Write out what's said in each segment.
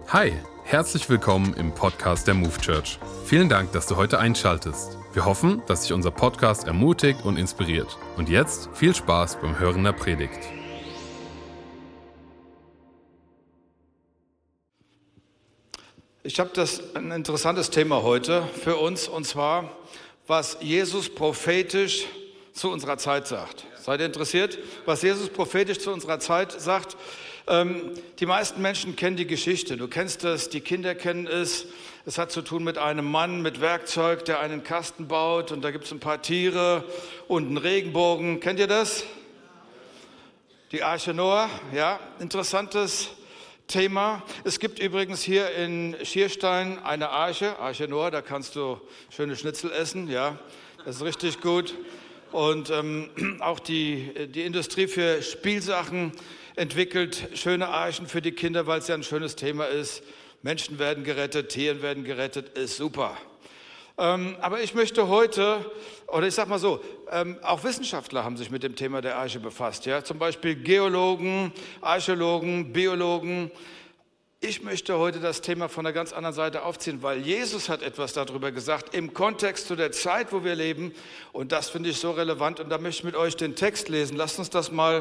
Hi, herzlich willkommen im Podcast der Move Church. Vielen Dank, dass du heute einschaltest. Wir hoffen, dass dich unser Podcast ermutigt und inspiriert. Und jetzt viel Spaß beim Hören der Predigt. Ich habe ein interessantes Thema heute für uns, und zwar, was Jesus prophetisch zu unserer Zeit sagt. Seid ihr interessiert, was Jesus prophetisch zu unserer Zeit sagt? Die meisten Menschen kennen die Geschichte. Du kennst es, die Kinder kennen es. Es hat zu tun mit einem Mann mit Werkzeug, der einen Kasten baut, und da gibt es ein paar Tiere und einen Regenbogen. Kennt ihr das? Die Arche Noah, ja, interessantes Thema. Es gibt übrigens hier in Schierstein eine Arche Noah, da kannst du schöne Schnitzel essen, ja, das ist richtig gut. Und auch die Industrie für Spielsachen entwickelt schöne Archen für die Kinder, weil es ja ein schönes Thema ist. Menschen werden gerettet, Tiere werden gerettet, ist super. Aber ich möchte heute, oder ich sag mal so, auch Wissenschaftler haben sich mit dem Thema der Arche befasst. Ja? Zum Beispiel Geologen, Archäologen, Biologen. Ich möchte heute das Thema von einer ganz anderen Seite aufziehen, weil Jesus hat etwas darüber gesagt, im Kontext zu der Zeit, wo wir leben. Und das finde ich so relevant. Und da möchte ich mit euch den Text lesen. Lasst uns das mal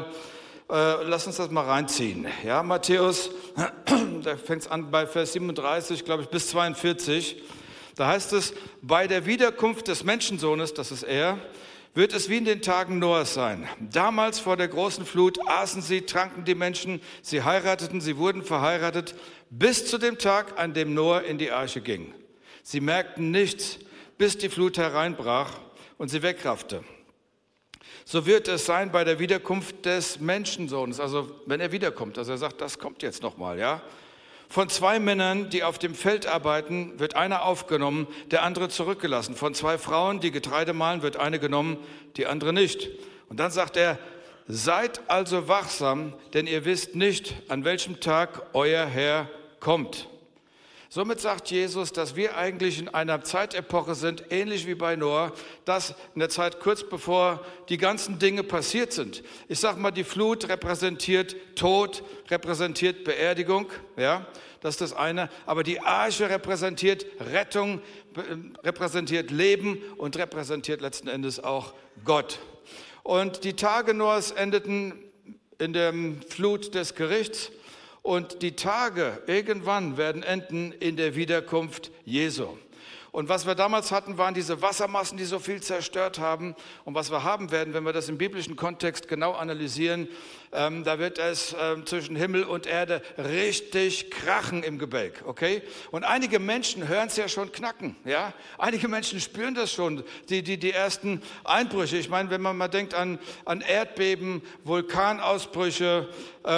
reinziehen. Ja, Matthäus, da fängt es an bei Vers 37, glaube ich, bis 42. Da heißt es, bei der Wiederkunft des Menschensohnes, das ist er, wird es wie in den Tagen Noahs sein. Damals vor der großen Flut aßen sie, tranken die Menschen, sie heirateten, sie wurden verheiratet, bis zu dem Tag, an dem Noah in die Arche ging. Sie merkten nichts, bis die Flut hereinbrach und sie wegraffte. So wird es sein bei der Wiederkunft des Menschensohnes, also wenn er wiederkommt, also er sagt, das kommt jetzt nochmal, ja. Von 2 Männern, die auf dem Feld arbeiten, wird einer aufgenommen, der andere zurückgelassen. Von 2 Frauen, die Getreide mahlen, wird eine genommen, die andere nicht. Und dann sagt er, seid also wachsam, denn ihr wisst nicht, an welchem Tag euer Herr kommt. Somit sagt Jesus, dass wir eigentlich in einer Zeitepoche sind, ähnlich wie bei Noah, dass in der Zeit kurz bevor die ganzen Dinge passiert sind. Ich sage mal, die Flut repräsentiert Tod, repräsentiert Beerdigung, ja, das ist das eine. Aber die Arche repräsentiert Rettung, repräsentiert Leben und repräsentiert letzten Endes auch Gott. Und die Tage Noahs endeten in der Flut des Gerichts. Und die Tage irgendwann werden enden in der Wiederkunft Jesu. Und was wir damals hatten, waren diese Wassermassen, die so viel zerstört haben. Und was wir haben werden, wenn wir das im biblischen Kontext genau analysieren, da wird es zwischen Himmel und Erde richtig krachen im Gebälk, okay? Und einige Menschen hören es ja schon knacken, ja? Einige Menschen spüren das schon, die ersten Einbrüche. Ich meine, wenn man mal denkt an Erdbeben, Vulkanausbrüche,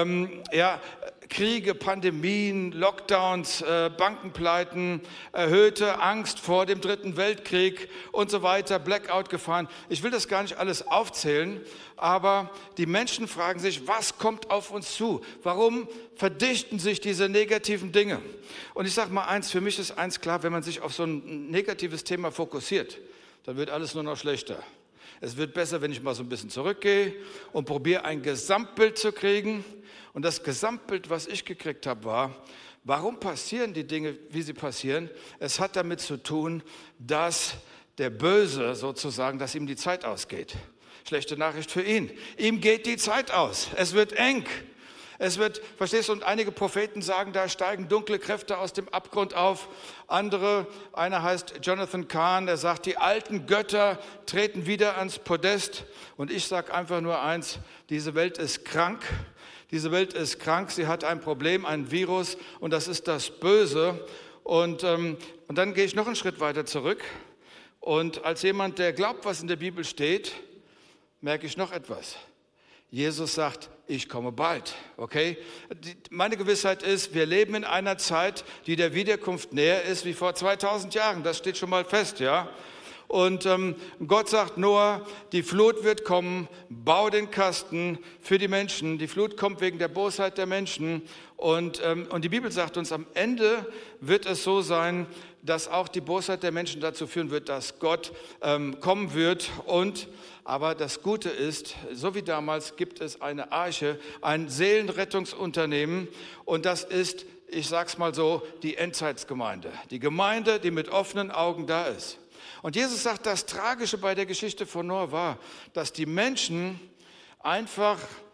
Kriege, Pandemien, Lockdowns, Bankenpleiten, erhöhte Angst vor dem 3. Weltkrieg und so weiter, Blackout gefahren. Ich will das gar nicht alles aufzählen, aber die Menschen fragen sich, was kommt auf uns zu? Warum verdichten sich diese negativen Dinge? Und ich sage mal eins, für mich ist eins klar, wenn man sich auf so ein negatives Thema fokussiert, dann wird alles nur noch schlechter. Es wird besser, wenn ich mal so ein bisschen zurückgehe und probiere, ein Gesamtbild zu kriegen. Und das Gesamtbild, was ich gekriegt habe, war, warum passieren die Dinge, wie sie passieren? Es hat damit zu tun, dass der Böse sozusagen, dass ihm die Zeit ausgeht. Schlechte Nachricht für ihn. Ihm geht die Zeit aus. Es wird eng. Es wird, verstehst du, und einige Propheten sagen, da steigen dunkle Kräfte aus dem Abgrund auf. Einer heißt Jonathan Cahn, der sagt, die alten Götter treten wieder ans Podest. Und ich sage einfach nur eins, diese Welt ist krank. Diese Welt ist krank, sie hat ein Problem, ein Virus, und das ist das Böse. Und dann gehe ich noch einen Schritt weiter zurück. Und als jemand, der glaubt, was in der Bibel steht, merke ich noch etwas. Jesus sagt, ich komme bald, okay? Meine Gewissheit ist, wir leben in einer Zeit, die der Wiederkunft näher ist wie vor 2000 Jahren. Das steht schon mal fest, ja? Und Gott sagt Noah, die Flut wird kommen, bau den Kasten für die Menschen. Die Flut kommt wegen der Bosheit der Menschen. Und die Bibel sagt uns, am Ende wird es so sein, dass auch die Bosheit der Menschen dazu führen wird, dass Gott kommen wird. Aber das Gute ist, so wie damals gibt es eine Arche, ein Seelenrettungsunternehmen, und das ist ich sag's mal so, die Endzeitsgemeinde. Die Gemeinde, die mit offenen Augen da ist. Und Jesus sagt, das Tragische bei der Geschichte von Noah war, dass die Menschen einfach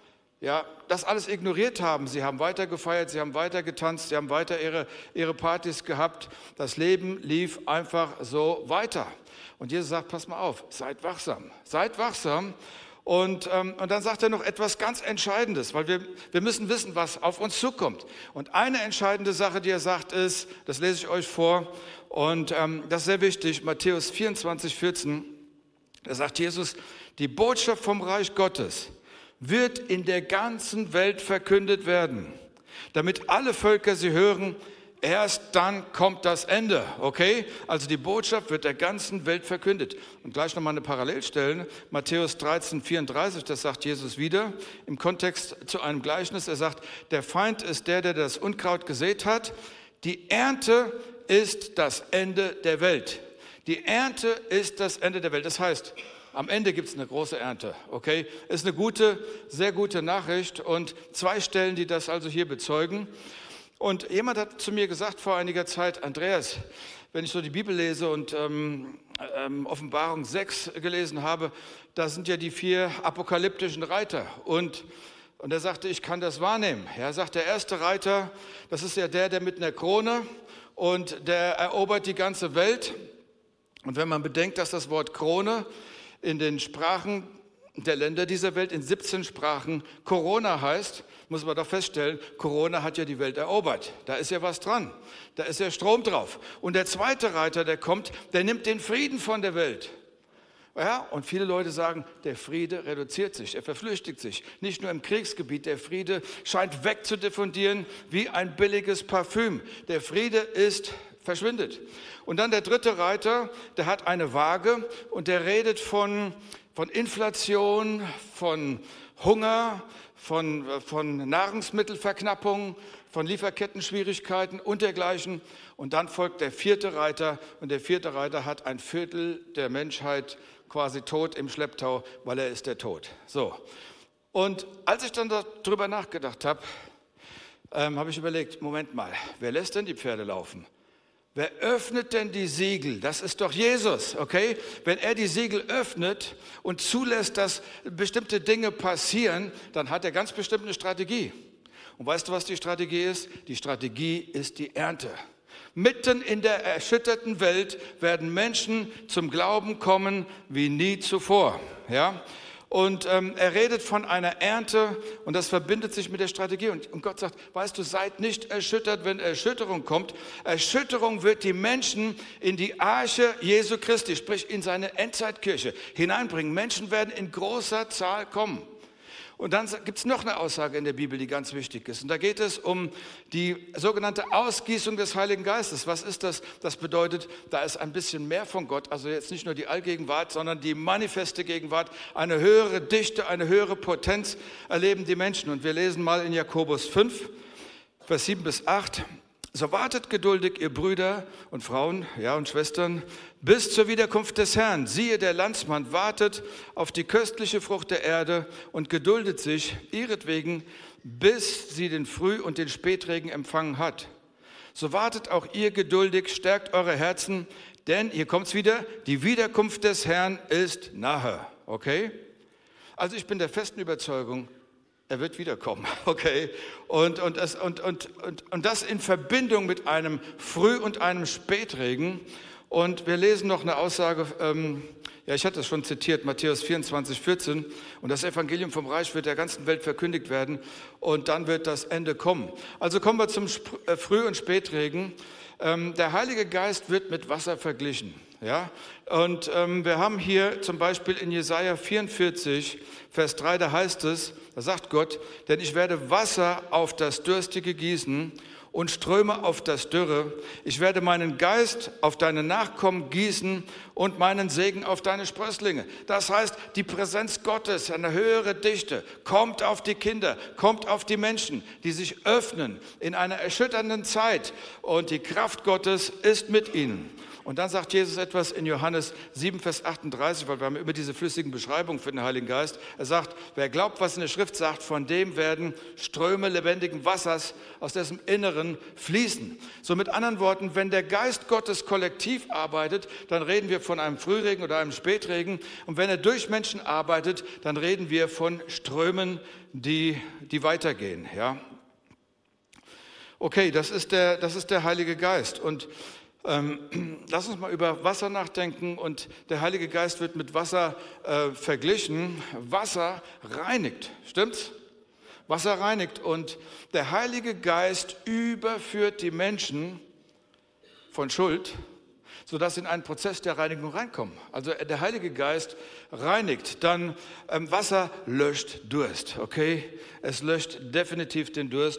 das alles ignoriert haben. Sie haben weiter gefeiert, sie haben weiter getanzt, sie haben weiter ihre Partys gehabt. Das Leben lief einfach so weiter. Und Jesus sagt, pass mal auf, seid wachsam. Seid wachsam. Und dann sagt er noch etwas ganz Entscheidendes, weil wir müssen wissen, was auf uns zukommt. Und eine entscheidende Sache, die er sagt, ist, das lese ich euch vor, und das ist sehr wichtig, Matthäus 24,14, da sagt Jesus, die Botschaft vom Reich Gottes wird in der ganzen Welt verkündet werden, damit alle Völker sie hören. Erst dann kommt das Ende, okay? Also die Botschaft wird der ganzen Welt verkündet. Und gleich nochmal eine Parallelstelle, Matthäus 13,34, das sagt Jesus wieder, im Kontext zu einem Gleichnis. Er sagt, der Feind ist der das Unkraut gesät hat. Die Ernte ist das Ende der Welt. Die Ernte ist das Ende der Welt. Das heißt, am Ende gibt es eine große Ernte, okay? Ist eine sehr gute Nachricht und 2 Stellen, die das also hier bezeugen. Und jemand hat zu mir gesagt vor einiger Zeit, Andreas, wenn ich so die Bibel lese und Offenbarung 6 gelesen habe, da sind ja die 4 apokalyptischen Reiter. Und er sagte, ich kann das wahrnehmen. Er sagt, der erste Reiter, das ist ja der mit einer Krone und der erobert die ganze Welt. Und wenn man bedenkt, dass das Wort Krone in den Sprachen der Länder dieser Welt in 17 Sprachen Corona heißt, muss man doch feststellen, Corona hat ja die Welt erobert. Da ist ja was dran. Da ist ja Strom drauf. Und der zweite Reiter, der kommt, der nimmt den Frieden von der Welt. Ja, und viele Leute sagen, der Friede reduziert sich, er verflüchtigt sich. Nicht nur im Kriegsgebiet, der Friede scheint wegzudiffundieren wie ein billiges Parfüm. Der Friede verschwindet. Und dann der dritte Reiter, der hat eine Waage und der redet von Inflation, von Hunger, von Nahrungsmittelverknappung, von Lieferkettenschwierigkeiten und dergleichen. Und dann folgt der 4. Reiter und der 4. Reiter hat ein Viertel der Menschheit quasi tot im Schlepptau, weil er ist der Tod. So. Und als ich dann darüber nachgedacht habe, habe ich überlegt, Moment mal, wer lässt denn die Pferde laufen? Wer öffnet denn die Siegel? Das ist doch Jesus, okay? Wenn er die Siegel öffnet und zulässt, dass bestimmte Dinge passieren, dann hat er ganz bestimmt eine Strategie. Und weißt du, was die Strategie ist? Die Strategie ist die Ernte. Mitten in der erschütterten Welt werden Menschen zum Glauben kommen wie nie zuvor, ja? Und er redet von einer Ernte und das verbindet sich mit der Strategie. Und Gott sagt, weißt du, seid nicht erschüttert, wenn Erschütterung kommt. Erschütterung wird die Menschen in die Arche Jesu Christi, sprich in seine Endzeitkirche hineinbringen. Menschen werden in großer Zahl kommen. Und dann gibt es noch eine Aussage in der Bibel, die ganz wichtig ist. Und da geht es um die sogenannte Ausgießung des Heiligen Geistes. Was ist das? Das bedeutet, da ist ein bisschen mehr von Gott, also jetzt nicht nur die Allgegenwart, sondern die manifeste Gegenwart, eine höhere Dichte, eine höhere Potenz erleben die Menschen. Und wir lesen mal in Jakobus 5, Vers 7 bis 8. So wartet geduldig, ihr Brüder und Frauen, ja, und Schwestern, bis zur Wiederkunft des Herrn. Siehe, der Landsmann wartet auf die köstliche Frucht der Erde und geduldet sich ihretwegen, bis sie den Früh- und den Spätregen empfangen hat. So wartet auch ihr geduldig, stärkt eure Herzen, denn, hier kommt's wieder, die Wiederkunft des Herrn ist nahe. Okay? Also ich bin der festen Überzeugung, er wird wiederkommen, okay? Und das in Verbindung mit einem Früh- und einem Spätregen. Und wir lesen noch eine Aussage, ich hatte es schon zitiert, Matthäus 24,14. Und das Evangelium vom Reich wird der ganzen Welt verkündigt werden und dann wird das Ende kommen. Also kommen wir zum Früh- und Spätregen. Der Heilige Geist wird mit Wasser verglichen. Ja? Und wir haben hier zum Beispiel in Jesaja 44, Vers 3, da heißt es, da sagt Gott, denn ich werde Wasser auf das Durstige gießen und Ströme auf das Dürre. Ich werde meinen Geist auf deine Nachkommen gießen und meinen Segen auf deine Sprösslinge. Das heißt, die Präsenz Gottes, eine höhere Dichte, kommt auf die Kinder, kommt auf die Menschen, die sich öffnen in einer erschütternden Zeit. Und die Kraft Gottes ist mit ihnen. Und dann sagt Jesus etwas in Johannes 7, Vers 38, weil wir haben immer diese flüssigen Beschreibungen für den Heiligen Geist. Er sagt, wer glaubt, was in der Schrift sagt, von dem werden Ströme lebendigen Wassers aus dessen Inneren fließen. So mit anderen Worten, wenn der Geist Gottes kollektiv arbeitet, dann reden wir von einem Frühregen oder einem Spätregen. Und wenn er durch Menschen arbeitet, dann reden wir von Strömen, die weitergehen. Ja? Okay, das ist der Heilige Geist. Und lass uns mal über Wasser nachdenken. Und der Heilige Geist wird mit Wasser verglichen. Wasser reinigt, stimmt's? Wasser reinigt. Und der Heilige Geist überführt die Menschen von Schuld, sodass sie in einen Prozess der Reinigung reinkommen. Also der Heilige Geist reinigt. Dann Wasser löscht Durst, okay? Es löscht definitiv den Durst.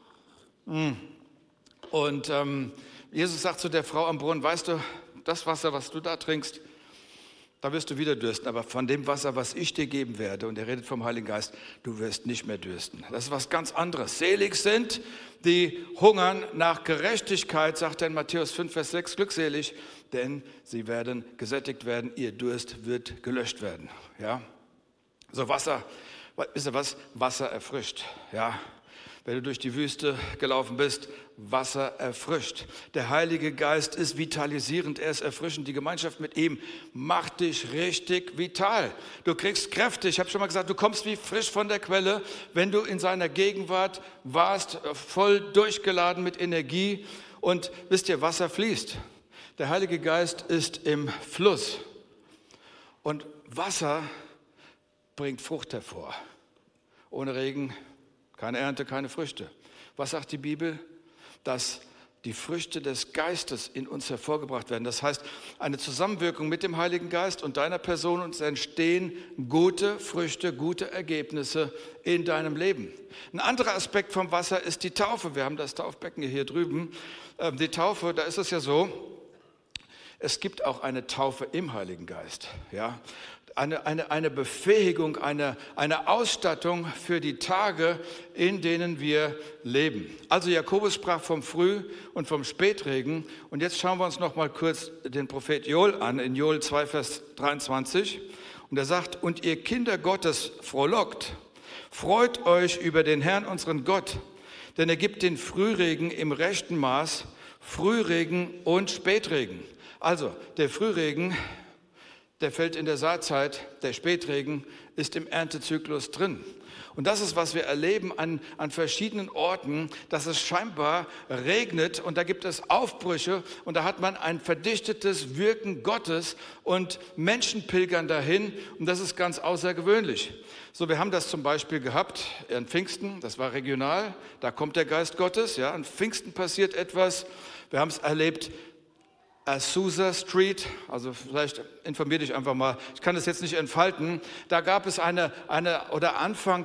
Und Jesus sagt zu der Frau am Brunnen, weißt du, das Wasser, was du da trinkst, da wirst du wieder dürsten. Aber von dem Wasser, was ich dir geben werde, und er redet vom Heiligen Geist, du wirst nicht mehr dürsten. Das ist was ganz anderes. Selig sind, die hungern nach Gerechtigkeit, sagt er in Matthäus 5, Vers 6, glückselig, denn sie werden gesättigt werden, ihr Durst wird gelöscht werden. Ja? So Wasser, wisst ihr was? Wasser erfrischt, ja. Wenn du durch die Wüste gelaufen bist, Wasser erfrischt. Der Heilige Geist ist vitalisierend, er ist erfrischend. Die Gemeinschaft mit ihm macht dich richtig vital. Du kriegst Kräfte. Ich habe schon mal gesagt, du kommst wie frisch von der Quelle, wenn du in seiner Gegenwart warst, voll durchgeladen mit Energie. Und wisst ihr, Wasser fließt. Der Heilige Geist ist im Fluss. Und Wasser bringt Frucht hervor. Ohne Regen keine Ernte, keine Früchte. Was sagt die Bibel? Dass die Früchte des Geistes in uns hervorgebracht werden. Das heißt, eine Zusammenwirkung mit dem Heiligen Geist und deiner Person, und es entstehen gute Früchte, gute Ergebnisse in deinem Leben. Ein anderer Aspekt vom Wasser ist die Taufe. Wir haben das Taufbecken hier drüben. Die Taufe, da ist es ja so, es gibt auch eine Taufe im Heiligen Geist. Ja? Eine Befähigung, eine Ausstattung für die Tage, in denen wir leben. Also Jakobus sprach vom Früh- und vom Spätregen. Und jetzt schauen wir uns noch mal kurz den Prophet Joel an, in Joel 2, Vers 23. Und er sagt, und ihr Kinder Gottes frohlockt, freut euch über den Herrn, unseren Gott, denn er gibt den Frühregen im rechten Maß, Frühregen und Spätregen. Also der Frühregen, der fällt in der Saatzeit, der Spätregen ist im Erntezyklus drin. Und das ist, was wir erleben an verschiedenen Orten, dass es scheinbar regnet und da gibt es Aufbrüche und da hat man ein verdichtetes Wirken Gottes und Menschen pilgern dahin und das ist ganz außergewöhnlich. So, wir haben das zum Beispiel gehabt an Pfingsten, das war regional, da kommt der Geist Gottes, ja, an Pfingsten passiert etwas. Wir haben es erlebt, Azusa Street, also vielleicht informier dich einfach mal, ich kann das jetzt nicht entfalten, da gab es oder Anfang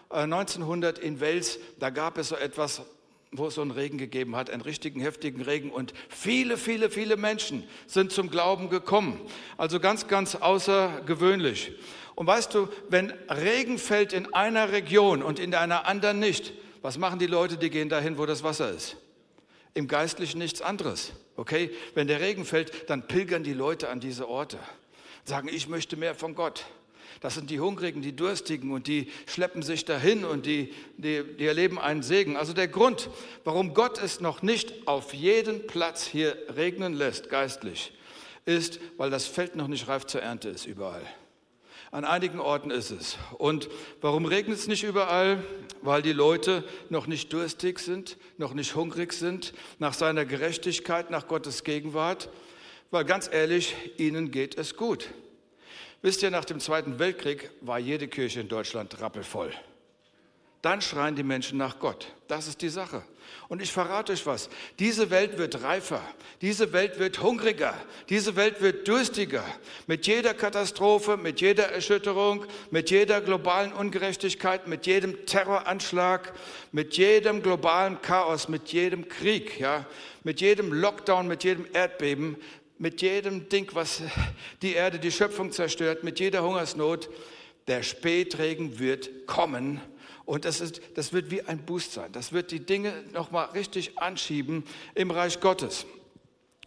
1900 in Wales, da gab es so etwas, wo es so einen Regen gegeben hat, einen richtigen heftigen Regen und viele Menschen sind zum Glauben gekommen, also ganz, ganz außergewöhnlich. Und weißt du, wenn Regen fällt in einer Region und in einer anderen nicht, was machen die Leute, die gehen dahin, wo das Wasser ist? Im Geistlichen nichts anderes. Okay? Wenn der Regen fällt, dann pilgern die Leute an diese Orte. Sagen, ich möchte mehr von Gott. Das sind die Hungrigen, die Durstigen und die schleppen sich dahin und die erleben einen Segen. Also der Grund, warum Gott es noch nicht auf jeden Platz hier regnen lässt, geistlich, ist, weil das Feld noch nicht reif zur Ernte ist überall. An einigen Orten ist es. Und warum regnet es nicht überall? Weil die Leute noch nicht durstig sind, noch nicht hungrig sind nach seiner Gerechtigkeit, nach Gottes Gegenwart. Weil ganz ehrlich, ihnen geht es gut. Wisst ihr, nach dem Zweiten Weltkrieg war jede Kirche in Deutschland rappelvoll. Dann schreien die Menschen nach Gott. Das ist die Sache. Und ich verrate euch was, diese Welt wird reifer, diese Welt wird hungriger, diese Welt wird durstiger. Mit jeder Katastrophe, mit jeder Erschütterung, mit jeder globalen Ungerechtigkeit, mit jedem Terroranschlag, mit jedem globalen Chaos, mit jedem Krieg, ja, mit jedem Lockdown, mit jedem Erdbeben, mit jedem Ding, was die Erde, die Schöpfung zerstört, mit jeder Hungersnot, der Spätregen wird kommen. Und das wird wie ein Boost sein. Das wird die Dinge nochmal richtig anschieben im Reich Gottes.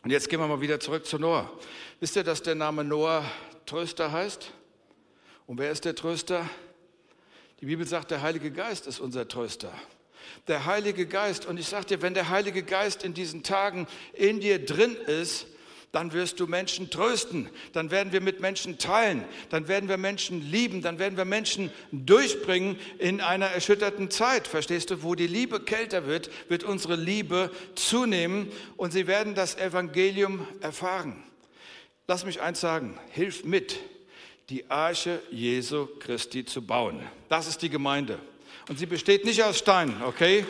Und jetzt gehen wir mal wieder zurück zu Noah. Wisst ihr, dass der Name Noah Tröster heißt? Und wer ist der Tröster? Die Bibel sagt, der Heilige Geist ist unser Tröster. Der Heilige Geist. Und ich sage dir, wenn der Heilige Geist in diesen Tagen in dir drin ist, dann wirst du Menschen trösten. Dann werden wir mit Menschen teilen. Dann werden wir Menschen lieben. Dann werden wir Menschen durchbringen in einer erschütterten Zeit. Verstehst du? Wo die Liebe kälter wird, wird unsere Liebe zunehmen und sie werden das Evangelium erfahren. Lass mich eins sagen, hilf mit, die Arche Jesu Christi zu bauen. Das ist die Gemeinde. Und sie besteht nicht aus Steinen, okay?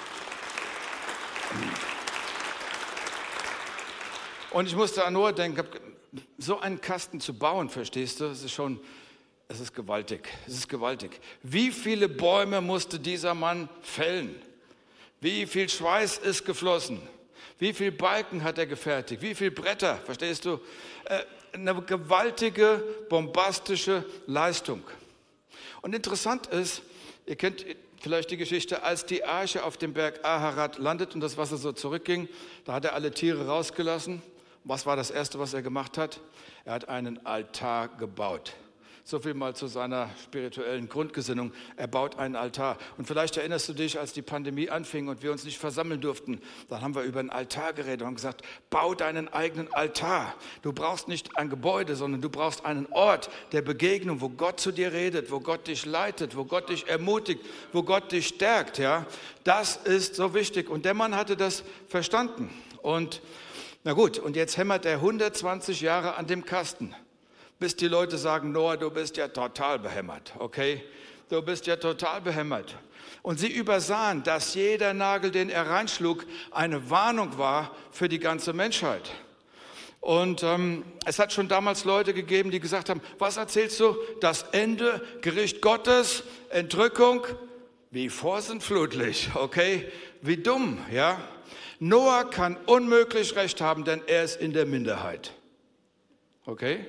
Und ich musste an Noah denken, so einen Kasten zu bauen, verstehst du, es ist gewaltig, es ist gewaltig. Wie viele Bäume musste dieser Mann fällen? Wie viel Schweiß ist geflossen? Wie viele Balken hat er gefertigt? Wie viele Bretter, verstehst du? Eine gewaltige, bombastische Leistung. Und interessant ist, ihr kennt vielleicht die Geschichte, als die Arche auf dem Berg Aharat landet und das Wasser so zurückging, da hat er alle Tiere rausgelassen. Was war das Erste, was er gemacht hat? Er hat einen Altar gebaut. So viel mal zu seiner spirituellen Grundgesinnung. Er baut einen Altar. Und vielleicht erinnerst du dich, als die Pandemie anfing und wir uns nicht versammeln durften, dann haben wir über einen Altar geredet und haben gesagt, bau deinen eigenen Altar. Du brauchst nicht ein Gebäude, sondern du brauchst einen Ort der Begegnung, wo Gott zu dir redet, wo Gott dich leitet, wo Gott dich ermutigt, wo Gott dich stärkt. Ja? Das ist so wichtig. Und der Mann hatte das verstanden. Und na gut, und jetzt hämmert er 120 Jahre an dem Kasten, bis die Leute sagen, Noah, du bist ja total behämmert, okay? Du bist ja total behämmert. Und sie übersahen, dass jeder Nagel, den er reinschlug, eine Warnung war für die ganze Menschheit. Und es hat schon damals Leute gegeben, die gesagt haben, was erzählst du? Das Ende, Gericht Gottes, Entrückung, wie vorsintflutlich, okay? Wie dumm, ja? Noah kann unmöglich recht haben, denn er ist in der Minderheit. Okay?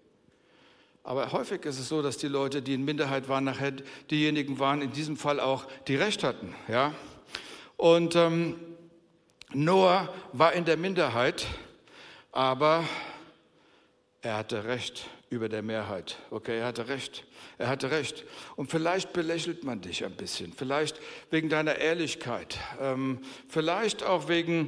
Aber häufig ist es so, dass die Leute, die in Minderheit waren, nachher diejenigen waren, in diesem Fall auch, die Recht hatten. Ja? Und Noah war in der Minderheit, aber er hatte Recht über der Mehrheit. Okay, er hatte Recht. Er hatte Recht. Und vielleicht belächelt man dich ein bisschen, vielleicht wegen deiner Ehrlichkeit, vielleicht auch wegen,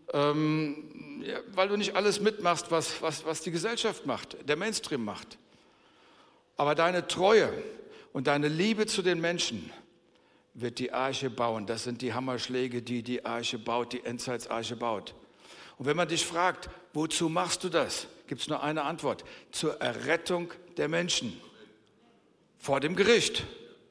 weil du nicht alles mitmachst, was die Gesellschaft macht, der Mainstream macht. Aber deine Treue und deine Liebe zu den Menschen wird die Arche bauen. Das sind die Hammerschläge, die die Arche baut, die Endzeitsarche baut. Und wenn man dich fragt, wozu machst du das, gibt es nur eine Antwort: zur Errettung der Menschen vor dem Gericht.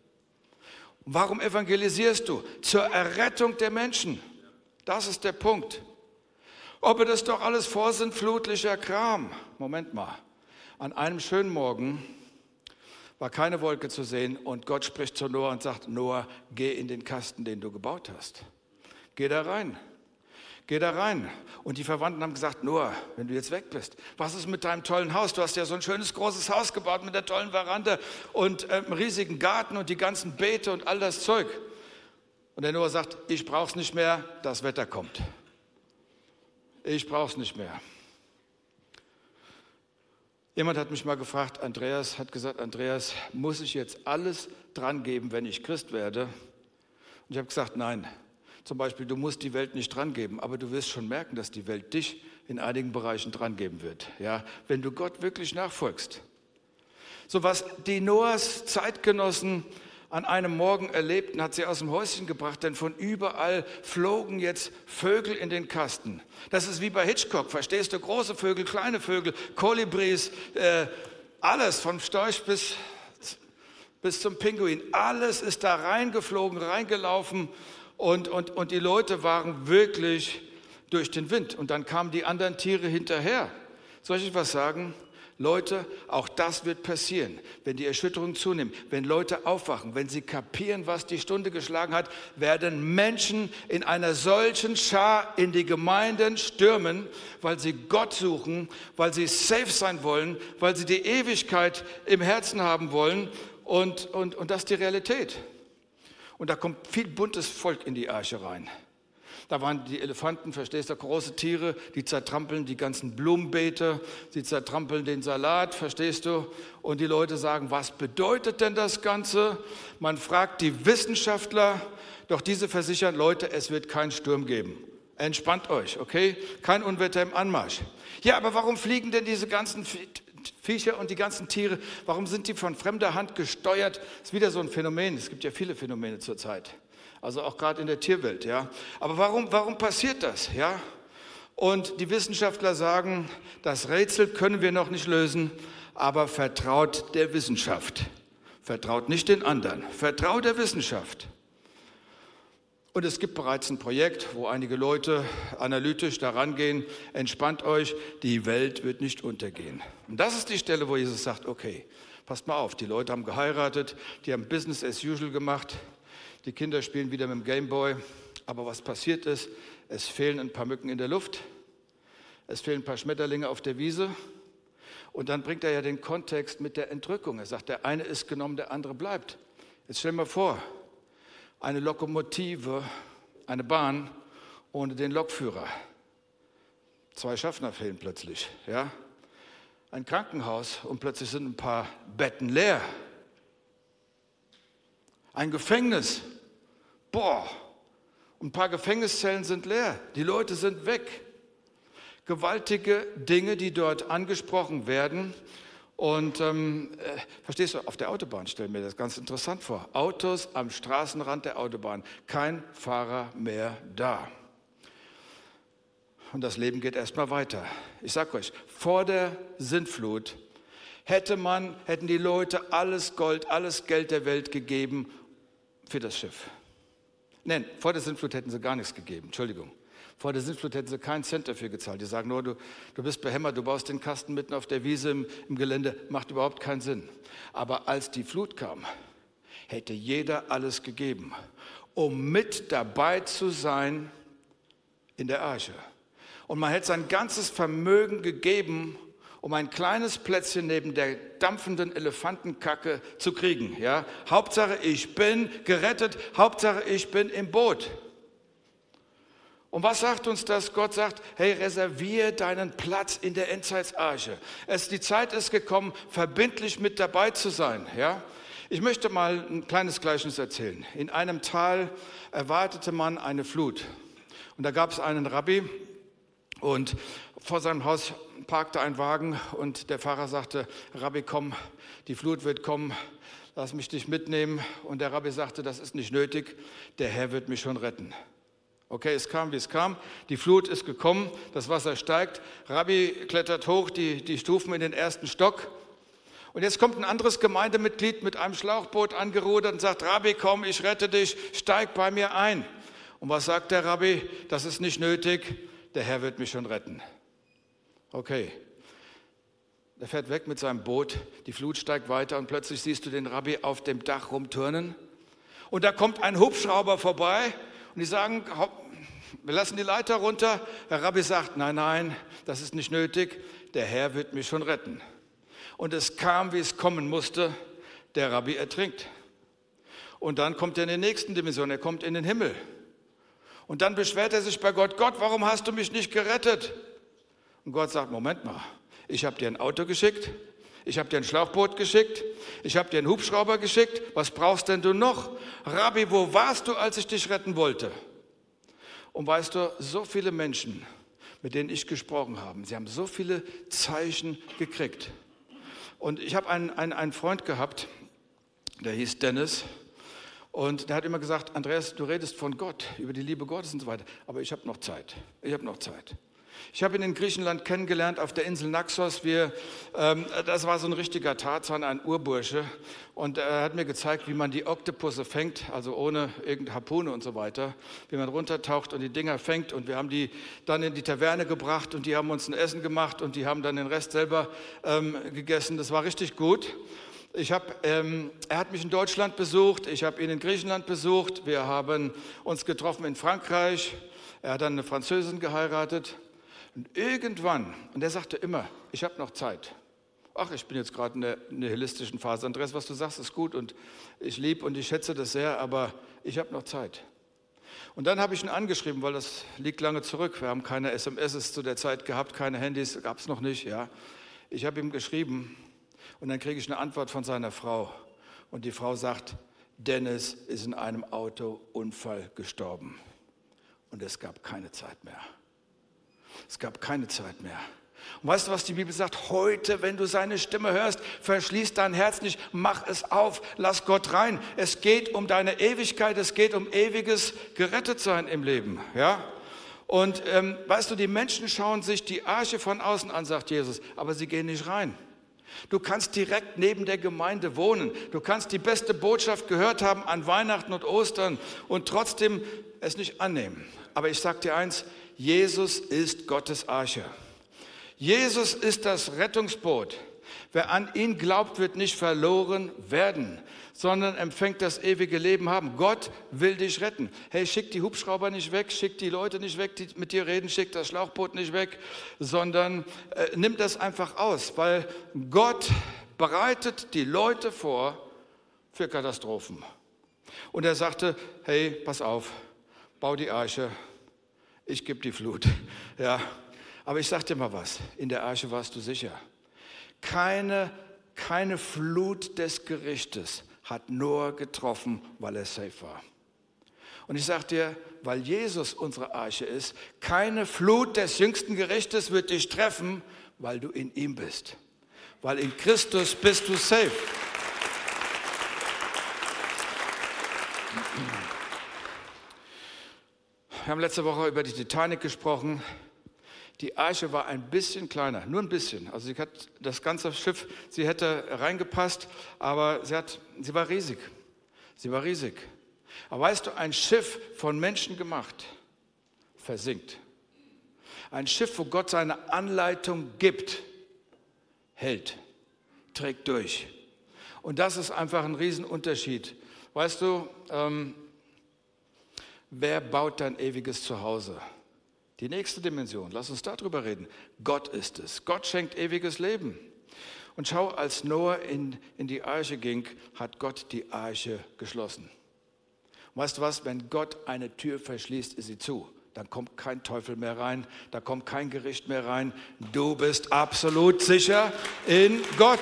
Und warum evangelisierst du? Zur Errettung der Menschen. Das ist der Punkt. Aber das ist doch alles vorsintflutlicher Kram. Moment mal. An einem schönen Morgen war keine Wolke zu sehen und Gott spricht zu Noah und sagt, Noah, geh in den Kasten, den du gebaut hast. Geh da rein. Geh da rein. Und die Verwandten haben gesagt, Noah, wenn du jetzt weg bist, was ist mit deinem tollen Haus? Du hast ja so ein schönes, großes Haus gebaut mit der tollen Veranda und einem riesigen Garten und die ganzen Beete und all das Zeug. Und der Noah sagt, ich brauch's nicht mehr, das Wetter kommt. Ich brauch's nicht mehr. Jemand hat mich mal gefragt, Andreas, muss ich jetzt alles dran geben, wenn ich Christ werde? Und ich habe gesagt, nein. Zum Beispiel, du musst die Welt nicht dran geben, aber du wirst schon merken, dass die Welt dich in einigen Bereichen dran geben wird, ja, wenn du Gott wirklich nachfolgst. So was die Noahs Zeitgenossen an einem Morgen erlebten, hat sie aus dem Häuschen gebracht, denn von überall flogen jetzt Vögel in den Kasten. Das ist wie bei Hitchcock, verstehst du? Große Vögel, kleine Vögel, Kolibris, alles, vom Storch bis zum Pinguin, alles ist da reingeflogen, reingelaufen. Und die Leute waren wirklich durch den Wind. Und dann kamen die anderen Tiere hinterher. Soll ich was sagen? Leute, auch das wird passieren, wenn die Erschütterung zunimmt, wenn Leute aufwachen, wenn sie kapieren, was die Stunde geschlagen hat, werden Menschen in einer solchen Schar in die Gemeinden stürmen, weil sie Gott suchen, weil sie safe sein wollen, weil sie die Ewigkeit im Herzen haben wollen. Und das ist die Realität. Und da kommt viel buntes Volk in die Arche rein. Da waren die Elefanten, verstehst du, große Tiere, die zertrampeln die ganzen Blumenbeete, die zertrampeln den Salat, verstehst du? Und die Leute sagen, was bedeutet denn das Ganze? Man fragt die Wissenschaftler, doch diese versichern, Leute, es wird keinen Sturm geben. Entspannt euch, okay? Kein Unwetter im Anmarsch. Ja, aber warum fliegen denn diese ganzen Viecher und die ganzen Tiere, warum sind die von fremder Hand gesteuert? Das ist wieder so ein Phänomen, es gibt ja viele Phänomene zurzeit, also auch gerade in der Tierwelt. Ja. Aber warum passiert das? Ja? Und die Wissenschaftler sagen, das Rätsel können wir noch nicht lösen, aber vertraut der Wissenschaft. Vertraut nicht den anderen, vertraut der Wissenschaft. Und es gibt bereits ein Projekt, wo einige Leute analytisch daran gehen, entspannt euch, die Welt wird nicht untergehen. Und das ist die Stelle, wo Jesus sagt, okay, passt mal auf, die Leute haben geheiratet, die haben Business as usual gemacht, die Kinder spielen wieder mit dem Gameboy, aber was passiert ist, es fehlen ein paar Mücken in der Luft, es fehlen ein paar Schmetterlinge auf der Wiese und dann bringt er ja den Kontext mit der Entrückung. Er sagt, der eine ist genommen, der andere bleibt. Jetzt stell dir mal vor, eine Lokomotive, eine Bahn ohne den Lokführer. 2 Schaffner fehlen plötzlich. Ja? Ein Krankenhaus und plötzlich sind ein paar Betten leer. Ein Gefängnis. Boah, ein paar Gefängniszellen sind leer. Die Leute sind weg. Gewaltige Dinge, die dort angesprochen werden. Und verstehst du, auf der Autobahn stellen wir das ganz interessant vor. Autos am Straßenrand der Autobahn, kein Fahrer mehr da. Und das Leben geht erstmal weiter. Ich sage euch, vor der Sintflut hätten die Leute alles Gold, alles Geld der Welt gegeben für das Schiff. Nein, vor der Sintflut hätten sie gar nichts gegeben, Entschuldigung. Vor der Sintflut hätten sie keinen Cent dafür gezahlt. Die sagen nur, du bist behämmert, du baust den Kasten mitten auf der Wiese im Gelände, macht überhaupt keinen Sinn. Aber als die Flut kam, hätte jeder alles gegeben, um mit dabei zu sein in der Arche. Und man hätte sein ganzes Vermögen gegeben, um ein kleines Plätzchen neben der dampfenden Elefantenkacke zu kriegen. Ja? Hauptsache, ich bin gerettet, Hauptsache, ich bin im Boot. Und was sagt uns das? Gott sagt, hey, reservier deinen Platz in der Endzeitsarche. Die Zeit ist gekommen, verbindlich mit dabei zu sein. Ja? Ich möchte mal ein kleines Gleichnis erzählen. In einem Tal erwartete man eine Flut. Und da gab es einen Rabbi und vor seinem Haus parkte ein Wagen und der Fahrer sagte, Rabbi, komm, die Flut wird kommen, lass mich dich mitnehmen. Und der Rabbi sagte, das ist nicht nötig, der Herr wird mich schon retten. Okay, es kam, wie es kam. Die Flut ist gekommen, das Wasser steigt. Rabbi klettert hoch die Stufen in den ersten Stock. Und jetzt kommt ein anderes Gemeindemitglied mit einem Schlauchboot angerudert und sagt, Rabbi, komm, ich rette dich, steig bei mir ein. Und was sagt der Rabbi? Das ist nicht nötig, der Herr wird mich schon retten. Okay, der fährt weg mit seinem Boot, die Flut steigt weiter und plötzlich siehst du den Rabbi auf dem Dach rumturnen. Und da kommt ein Hubschrauber vorbei und die sagen, wir lassen die Leiter runter. Der Rabbi sagt, nein, das ist nicht nötig, der Herr wird mich schon retten. Und es kam, wie es kommen musste, der Rabbi ertrinkt. Und dann kommt er in die nächsten Dimension, er kommt in den Himmel. Und dann beschwert er sich bei Gott, Gott, warum hast du mich nicht gerettet? Und Gott sagt, Moment mal, ich habe dir ein Auto geschickt, ich habe dir ein Schlauchboot geschickt, ich habe dir einen Hubschrauber geschickt, was brauchst denn du noch? Rabbi, wo warst du, als ich dich retten wollte? Und weißt du, so viele Menschen, mit denen ich gesprochen habe, sie haben so viele Zeichen gekriegt. Und ich habe einen Freund gehabt, der hieß Dennis, und der hat immer gesagt, Andreas, du redest von Gott, über die Liebe Gottes und so weiter, aber ich habe noch Zeit, Ich habe ihn in Griechenland kennengelernt, auf der Insel Naxos. Das war so ein richtiger Tarzan, ein Urbursche. Und er hat mir gezeigt, wie man die Oktopusse fängt, also ohne irgendeine Harpune und so weiter. Wie man runtertaucht und die Dinger fängt. Und wir haben die dann in die Taverne gebracht und die haben uns ein Essen gemacht und die haben dann den Rest selber gegessen. Das war richtig gut. Er hat mich in Deutschland besucht, ich habe ihn in Griechenland besucht. Wir haben uns getroffen in Frankreich. Er hat dann eine Französin geheiratet. Und irgendwann, und er sagte immer, ich habe noch Zeit. Ach, ich bin jetzt gerade in der nihilistischen Phase. Andreas, was du sagst, ist gut und ich liebe und ich schätze das sehr, aber ich habe noch Zeit. Und dann habe ich ihn angeschrieben, weil das liegt lange zurück. Wir haben keine SMS zu der Zeit gehabt, keine Handys, gab es noch nicht. Ja. Ich habe ihm geschrieben und dann kriege ich eine Antwort von seiner Frau. Und die Frau sagt, Dennis ist in einem Autounfall gestorben. Und es gab keine Zeit mehr. Es gab keine Zeit mehr. Und weißt du, was die Bibel sagt? Heute, wenn du seine Stimme hörst, verschließ dein Herz nicht, mach es auf, lass Gott rein. Es geht um deine Ewigkeit, es geht um ewiges Gerettetsein im Leben. Ja? Und weißt du, die Menschen schauen sich die Arche von außen an, sagt Jesus, aber sie gehen nicht rein. Du kannst direkt neben der Gemeinde wohnen. Du kannst die beste Botschaft gehört haben an Weihnachten und Ostern und trotzdem es nicht annehmen. Aber ich sage dir eins, Jesus ist Gottes Arche. Jesus ist das Rettungsboot. Wer an ihn glaubt, wird nicht verloren werden, sondern empfängt das ewige Leben haben. Gott will dich retten. Hey, schick die Hubschrauber nicht weg, schick die Leute nicht weg, die mit dir reden, schick das Schlauchboot nicht weg, sondern nimm das einfach aus, weil Gott bereitet die Leute vor für Katastrophen. Und er sagte, hey, pass auf, bau die Arche, ich gebe die Flut. Ja. Aber ich sage dir mal was, in der Arche warst du sicher. Keine Flut des Gerichtes hat Noah getroffen, weil er safe war. Und ich sage dir, weil Jesus unsere Arche ist, keine Flut des jüngsten Gerichtes wird dich treffen, weil du in ihm bist. Weil in Christus bist du safe. Wir haben letzte Woche über die Titanic gesprochen. Die Arche war ein bisschen kleiner, nur ein bisschen. Also sie hat das ganze Schiff, sie hätte reingepasst, aber sie war riesig. Sie war riesig. Aber weißt du, ein Schiff von Menschen gemacht, versinkt. Ein Schiff, wo Gott seine Anleitung gibt, hält, trägt durch. Und das ist einfach ein Riesenunterschied. Weißt du, wer baut dein ewiges Zuhause? Die nächste Dimension, lass uns darüber reden. Gott ist es. Gott schenkt ewiges Leben. Und schau, als Noah in die Arche ging, hat Gott die Arche geschlossen. Und weißt du was, wenn Gott eine Tür verschließt, ist sie zu. Dann kommt kein Teufel mehr rein, da kommt kein Gericht mehr rein. Du bist absolut sicher in Gott.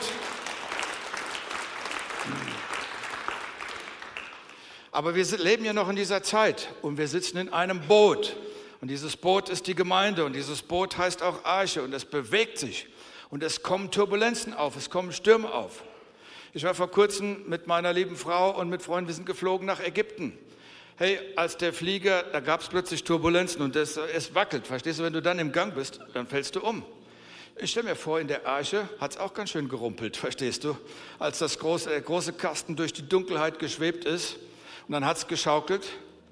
Aber wir leben ja noch in dieser Zeit und wir sitzen in einem Boot. Und dieses Boot ist die Gemeinde und dieses Boot heißt auch Arche und es bewegt sich und es kommen Turbulenzen auf, es kommen Stürme auf. Ich war vor kurzem mit meiner lieben Frau und mit Freunden, wir sind geflogen nach Ägypten. Hey, als der Flieger, da gab es plötzlich Turbulenzen und es wackelt. Verstehst du, wenn du dann im Gang bist, dann fällst du um. Ich stelle mir vor, in der Arche hat es auch ganz schön gerumpelt, verstehst du? Als der große Kasten durch die Dunkelheit geschwebt ist und dann hat es geschaukelt.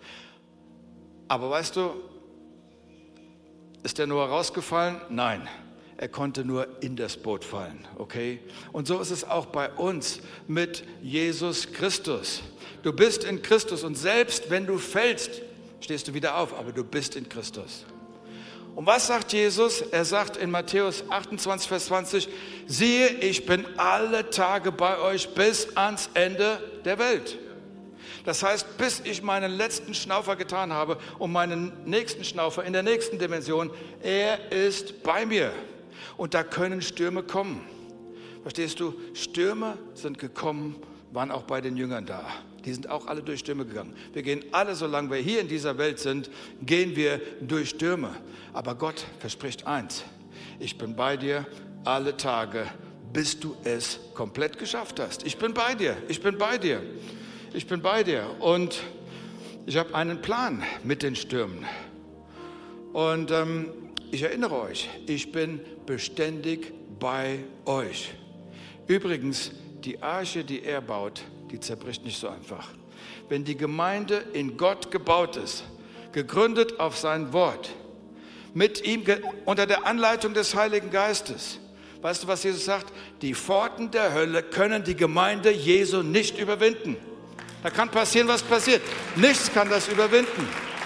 Aber weißt du, ist der Noah rausgefallen? Nein, er konnte nur in das Boot fallen, okay? Und so ist es auch bei uns mit Jesus Christus. Du bist in Christus und selbst wenn du fällst, stehst du wieder auf, aber du bist in Christus. Und was sagt Jesus? Er sagt in Matthäus 28, Vers 20, siehe, ich bin alle Tage bei euch bis ans Ende der Welt. Das heißt, bis ich meinen letzten Schnaufer getan habe und meinen nächsten Schnaufer in der nächsten Dimension, er ist bei mir. Und da können Stürme kommen. Verstehst du? Stürme sind gekommen, waren auch bei den Jüngern da. Die sind auch alle durch Stürme gegangen. Wir gehen alle, solange wir hier in dieser Welt sind, gehen wir durch Stürme. Aber Gott verspricht eins, ich bin bei dir alle Tage, bis du es komplett geschafft hast. Ich bin bei dir, ich bin bei dir. Ich bin bei dir und ich habe einen Plan mit den Stürmen. Und ich erinnere euch, ich bin beständig bei euch. Übrigens, die Arche, die er baut, die zerbricht nicht so einfach. Wenn die Gemeinde in Gott gebaut ist, gegründet auf sein Wort, mit ihm unter der Anleitung des Heiligen Geistes, weißt du, was Jesus sagt? Die Pforten der Hölle können die Gemeinde Jesu nicht überwinden. Da kann passieren, was passiert. Nichts kann das überwinden.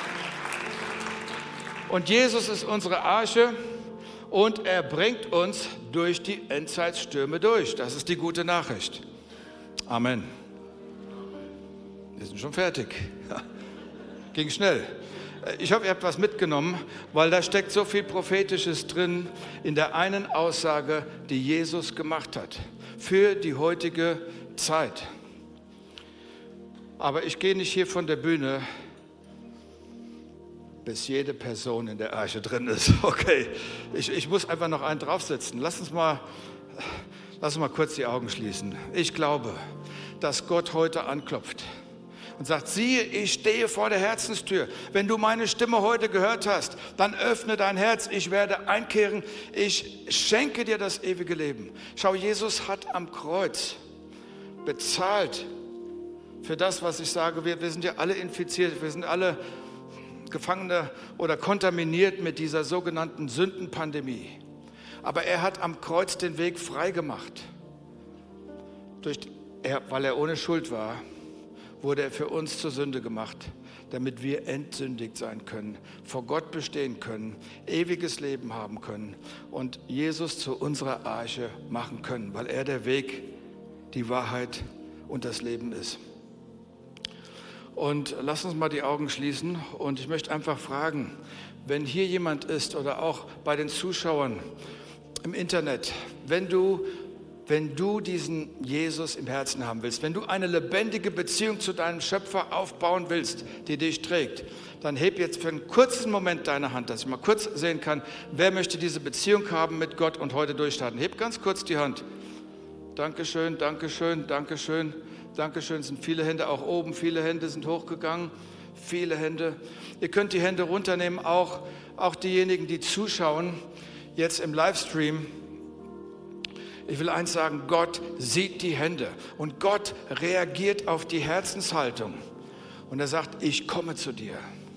Und Jesus ist unsere Arche und er bringt uns durch die Endzeitstürme durch. Das ist die gute Nachricht. Amen. Wir sind schon fertig. Ging schnell. Ich hoffe, ihr habt was mitgenommen, weil da steckt so viel Prophetisches drin in der einen Aussage, die Jesus gemacht hat für die heutige Zeit. Aber ich gehe nicht hier von der Bühne, bis jede Person in der Arche drin ist. Okay, ich muss einfach noch einen draufsetzen. Lass uns mal kurz die Augen schließen. Ich glaube, dass Gott heute anklopft und sagt, siehe, ich stehe vor der Herzenstür. Wenn du meine Stimme heute gehört hast, dann öffne dein Herz. Ich werde einkehren. Ich schenke dir das ewige Leben. Schau, Jesus hat am Kreuz bezahlt für das, was ich sage. Wir sind ja alle infiziert. Wir sind alle Gefangene oder kontaminiert mit dieser sogenannten Sündenpandemie. Aber er hat am Kreuz den Weg frei gemacht. Weil er ohne Schuld war, wurde er für uns zur Sünde gemacht, damit wir entsündigt sein können, vor Gott bestehen können, ewiges Leben haben können und Jesus zu unserer Arche machen können, weil er der Weg, die Wahrheit und das Leben ist. Und lass uns mal die Augen schließen und ich möchte einfach fragen, wenn hier jemand ist oder auch bei den Zuschauern im Internet, wenn du diesen Jesus im Herzen haben willst, wenn du eine lebendige Beziehung zu deinem Schöpfer aufbauen willst, die dich trägt, dann heb jetzt für einen kurzen Moment deine Hand, dass ich mal kurz sehen kann, wer möchte diese Beziehung haben mit Gott und heute durchstarten. Heb ganz kurz die Hand. Dankeschön, Dankeschön, Dankeschön. Dankeschön, es sind viele Hände auch oben, viele Hände sind hochgegangen, viele Hände. Ihr könnt die Hände runternehmen, auch diejenigen, die zuschauen, jetzt im Livestream. Ich will eins sagen, Gott sieht die Hände und Gott reagiert auf die Herzenshaltung. Und er sagt, ich komme zu dir.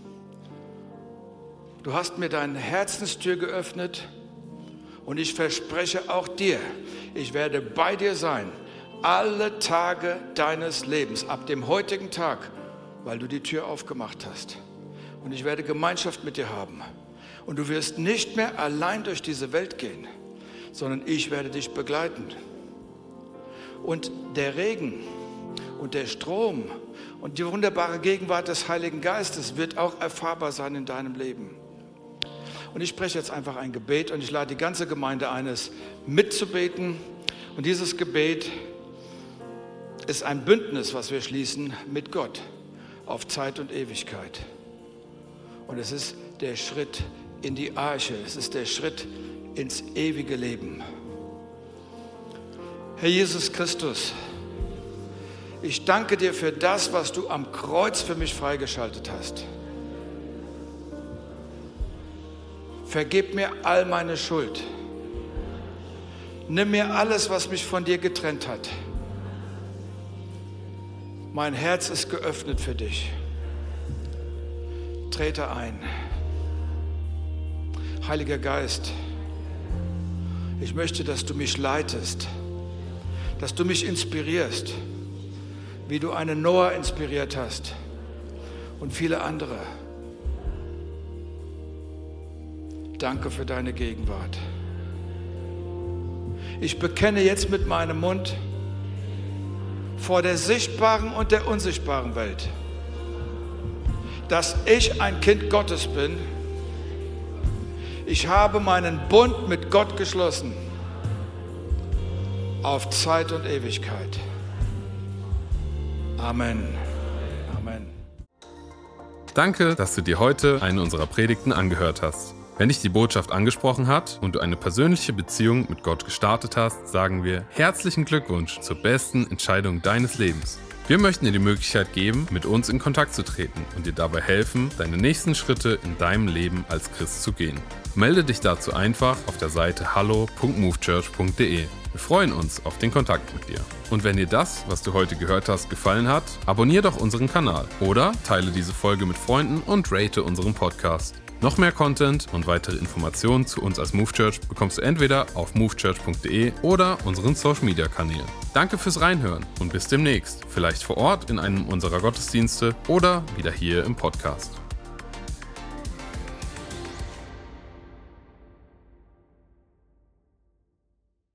Du hast mir deine Herzenstür geöffnet und ich verspreche auch dir, ich werde bei dir sein. Alle Tage deines Lebens, ab dem heutigen Tag, weil du die Tür aufgemacht hast. Und ich werde Gemeinschaft mit dir haben. Und du wirst nicht mehr allein durch diese Welt gehen, sondern ich werde dich begleiten. Und der Regen und der Strom und die wunderbare Gegenwart des Heiligen Geistes wird auch erfahrbar sein in deinem Leben. Und ich spreche jetzt einfach ein Gebet und ich lade die ganze Gemeinde ein, es mitzubeten. Und dieses Gebet ist ein Bündnis, was wir schließen mit Gott auf Zeit und Ewigkeit. Und es ist der Schritt in die Arche, es ist der Schritt ins ewige Leben. Herr Jesus Christus, ich danke dir für das, was du am Kreuz für mich freigeschaltet hast. Vergib mir all meine Schuld. Nimm mir alles, was mich von dir getrennt hat. Mein Herz ist geöffnet für dich. Trete ein. Heiliger Geist, ich möchte, dass du mich leitest, dass du mich inspirierst, wie du einen Noah inspiriert hast und viele andere. Danke für deine Gegenwart. Ich bekenne jetzt mit meinem Mund vor der sichtbaren und der unsichtbaren Welt, dass ich ein Kind Gottes bin. Ich habe meinen Bund mit Gott geschlossen auf Zeit und Ewigkeit. Amen. Amen. Danke, dass du dir heute eine unserer Predigten angehört hast. Wenn dich die Botschaft angesprochen hat und du eine persönliche Beziehung mit Gott gestartet hast, sagen wir herzlichen Glückwunsch zur besten Entscheidung deines Lebens. Wir möchten dir die Möglichkeit geben, mit uns in Kontakt zu treten und dir dabei helfen, deine nächsten Schritte in deinem Leben als Christ zu gehen. Melde dich dazu einfach auf der Seite hallo.movechurch.de. Wir freuen uns auf den Kontakt mit dir. Und wenn dir das, was du heute gehört hast, gefallen hat, abonniere doch unseren Kanal oder teile diese Folge mit Freunden und rate unseren Podcast. Noch mehr Content und weitere Informationen zu uns als Move Church bekommst du entweder auf movechurch.de oder unseren Social Media Kanälen. Danke fürs Reinhören und bis demnächst, vielleicht vor Ort in einem unserer Gottesdienste oder wieder hier im Podcast.